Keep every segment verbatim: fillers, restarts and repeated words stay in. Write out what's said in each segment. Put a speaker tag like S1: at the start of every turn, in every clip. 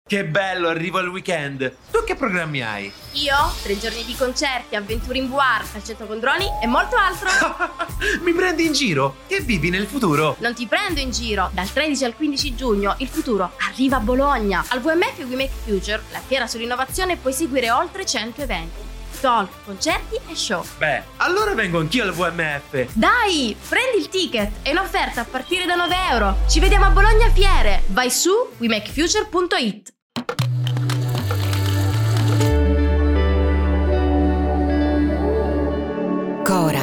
S1: Che bello, arrivo al weekend. Tu che programmi hai?
S2: Io? Tre giorni di concerti, avventure in V R, calcetto con droni e molto altro.
S1: Mi prendi in giro? Che vivi nel futuro?
S2: Non ti prendo in giro. Dal tredici al quindici giugno il futuro arriva a Bologna. Al V M F We Make Future, la fiera sull'innovazione, puoi seguire oltre cento eventi. Talk, concerti e show.
S1: Beh, allora vengo anch'io al V M F.
S2: Dai, prendi il ticket. È un'offerta a partire da nove euro. Ci vediamo a Bologna Fiere. Vai su we make future punto it.
S3: Cora.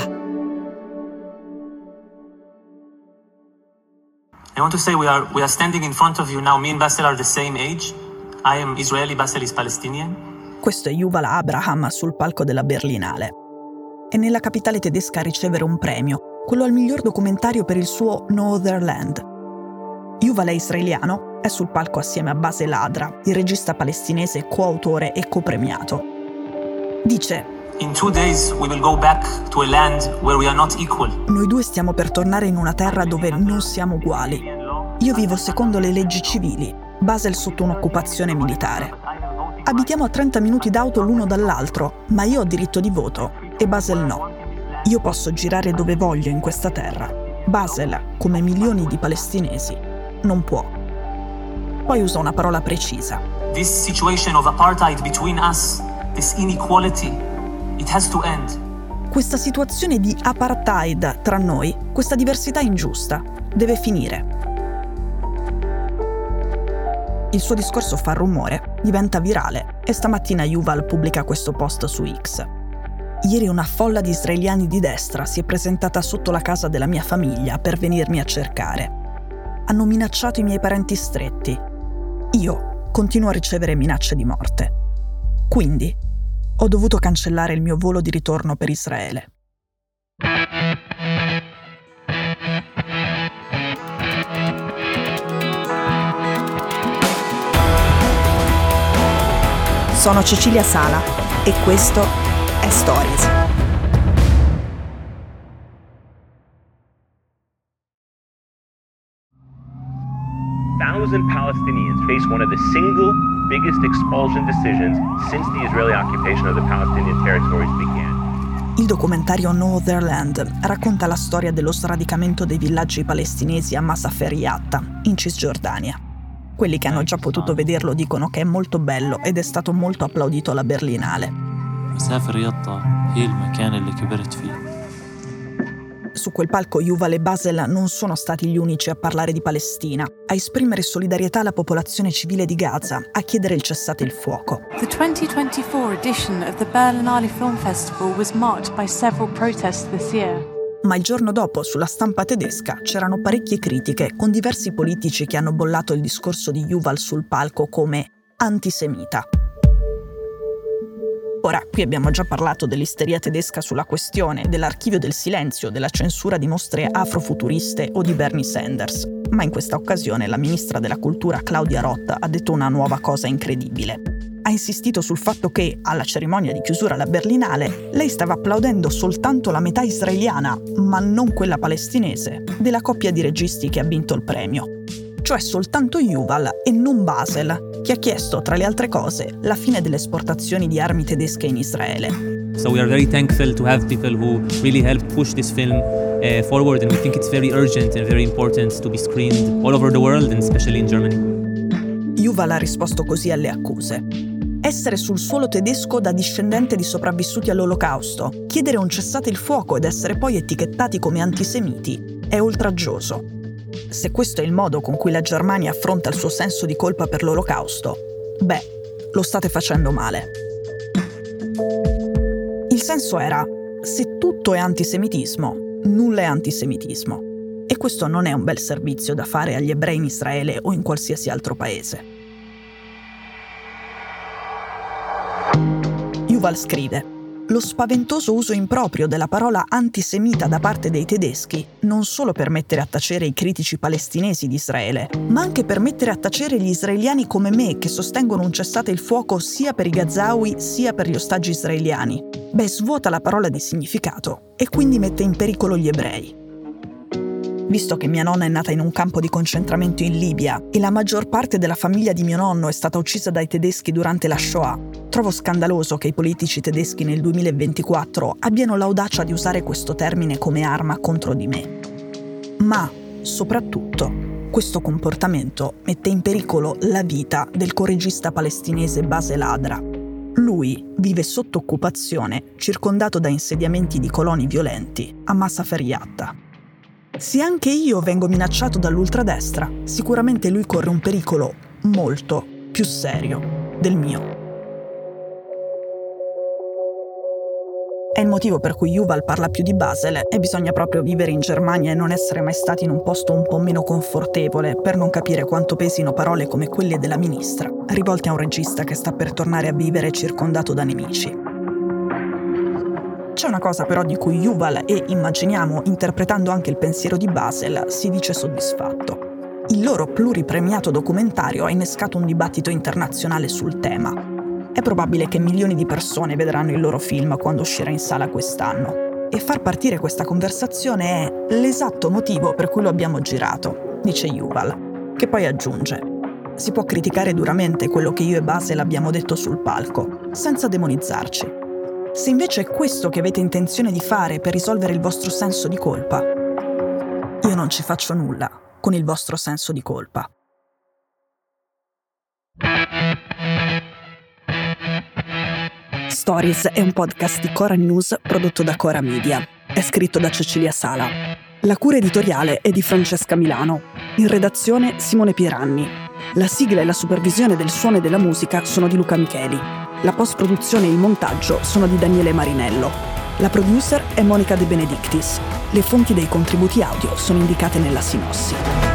S4: I want to say we are we are standing in front of you now. Me and Bassel are the same age. I am Israeli, Bassel is Palestinian.
S5: Questo è Yuval Abraham sul palco della Berlinale. È nella capitale tedesca a ricevere un premio, quello al miglior documentario per il suo No Other Land. Yuval è israeliano, è sul palco assieme a Basel Adra, il regista palestinese coautore e copremiato. Dice:
S4: In two days we will go back to a land where we are not equal.
S5: Noi due stiamo per tornare in una terra dove non siamo uguali. Io vivo secondo le leggi civili, Basel sotto un'occupazione militare. Abitiamo a trenta minuti d'auto l'uno dall'altro, ma io ho diritto di voto e Basel no. Io posso girare dove voglio in questa terra. Basel, come milioni di palestinesi, non può. Poi usa una parola precisa.
S4: This situation of apartheid between us, this inequality, it has to end.
S5: Questa situazione di apartheid tra noi, questa diversità ingiusta, deve finire. Il suo discorso fa rumore, diventa virale e stamattina Yuval pubblica questo post su X. Ieri una folla di israeliani di destra si è presentata sotto la casa della mia famiglia per venirmi a cercare. Hanno minacciato i miei parenti stretti. Io continuo a ricevere minacce di morte. Quindi ho dovuto cancellare il mio volo di ritorno per Israele. Sono Cecilia Sala e questo è Stories.
S6: Thousand Palestinians face one of the single biggest expulsion decisions since the Israeli occupation of the Palestinian territories began.
S5: Il documentario No Other Land racconta la storia dello sradicamento dei villaggi palestinesi a Masafer Yatta, in Cisgiordania. Quelli che hanno già potuto vederlo dicono che è molto bello ed è stato molto applaudito alla Berlinale.
S7: مسافر يطا هي المكان اللي كبرت فيه.
S5: Su quel palco Yuval e Basel non sono stati gli unici a parlare di Palestina, a esprimere solidarietà alla popolazione civile di Gaza, a chiedere il cessate il fuoco.
S8: The twenty twenty-four edition of the Berlinale Film Festival was marked by several protests this year.
S5: Ma il giorno dopo, sulla stampa tedesca, c'erano parecchie critiche, con diversi politici che hanno bollato il discorso di Yuval sul palco come antisemita. Ora, qui abbiamo già parlato dell'isteria tedesca sulla questione, dell'archivio del silenzio, della censura di mostre afrofuturiste o di Bernie Sanders. Ma in questa occasione la ministra della cultura Claudia Roth ha detto una nuova cosa incredibile. Ha insistito sul fatto che, alla cerimonia di chiusura alla Berlinale, lei stava applaudendo soltanto la metà israeliana, ma non quella palestinese, della coppia di registi che ha vinto il premio. Cioè soltanto Yuval e non Basel, che ha chiesto, tra le altre cose, la fine delle esportazioni di armi tedesche in Israele.
S7: So we are very thankful to have people who really helped push this film uh, forward, and we think it's very urgent and very important to be screened all over the world and especially in Germany.
S5: Yuval ha risposto così alle accuse. Essere sul suolo tedesco da discendente di sopravvissuti all'Olocausto, chiedere un cessate il fuoco ed essere poi etichettati come antisemiti è oltraggioso. Se questo è il modo con cui la Germania affronta il suo senso di colpa per l'Olocausto, beh, lo state facendo male. Il senso era: se tutto è antisemitismo, nulla è antisemitismo. E questo non è un bel servizio da fare agli ebrei in Israele o in qualsiasi altro paese. Yuval scrive: lo spaventoso uso improprio della parola antisemita da parte dei tedeschi, non solo per mettere a tacere i critici palestinesi di Israele, ma anche per mettere a tacere gli israeliani come me che sostengono un cessate il fuoco sia per i Gazawi sia per gli ostaggi israeliani. Beh, svuota la parola di significato e quindi mette in pericolo gli ebrei. Visto che mia nonna è nata in un campo di concentramento in Libia e la maggior parte della famiglia di mio nonno è stata uccisa dai tedeschi durante la Shoah, trovo scandaloso che i politici tedeschi nel duemilaventiquattro abbiano l'audacia di usare questo termine come arma contro di me. Ma, soprattutto, questo comportamento mette in pericolo la vita del coregista palestinese Basel Adra. Lui vive sotto occupazione, circondato da insediamenti di coloni violenti a Masafer Yatta. Se anche io vengo minacciato dall'ultradestra, sicuramente lui corre un pericolo molto più serio del mio. È il motivo per cui Yuval parla più di Basel e bisogna proprio vivere in Germania e non essere mai stati in un posto un po' meno confortevole per non capire quanto pesino parole come quelle della ministra, rivolte a un regista che sta per tornare a vivere circondato da nemici. C'è una cosa però di cui Yuval, e immaginiamo interpretando anche il pensiero di Basel, si dice soddisfatto. Il loro pluripremiato documentario ha innescato un dibattito internazionale sul tema. È probabile che milioni di persone vedranno il loro film quando uscirà in sala quest'anno. E far partire questa conversazione è l'esatto motivo per cui lo abbiamo girato, dice Yuval, che poi aggiunge: si può criticare duramente quello che io e Basel abbiamo detto sul palco, senza demonizzarci. Se invece è questo che avete intenzione di fare per risolvere il vostro senso di colpa, io non ci faccio nulla con il vostro senso di colpa. Stories è un podcast di Cora News prodotto da Cora Media. È scritto da Cecilia Sala. La cura editoriale è di Francesca Milano. In redazione Simone Pieranni. La sigla e la supervisione del suono e della musica sono di Luca Micheli. La post-produzione e il montaggio sono di Daniele Marinello. La producer è Monica De Benedictis. Le fonti dei contributi audio sono indicate nella sinossi.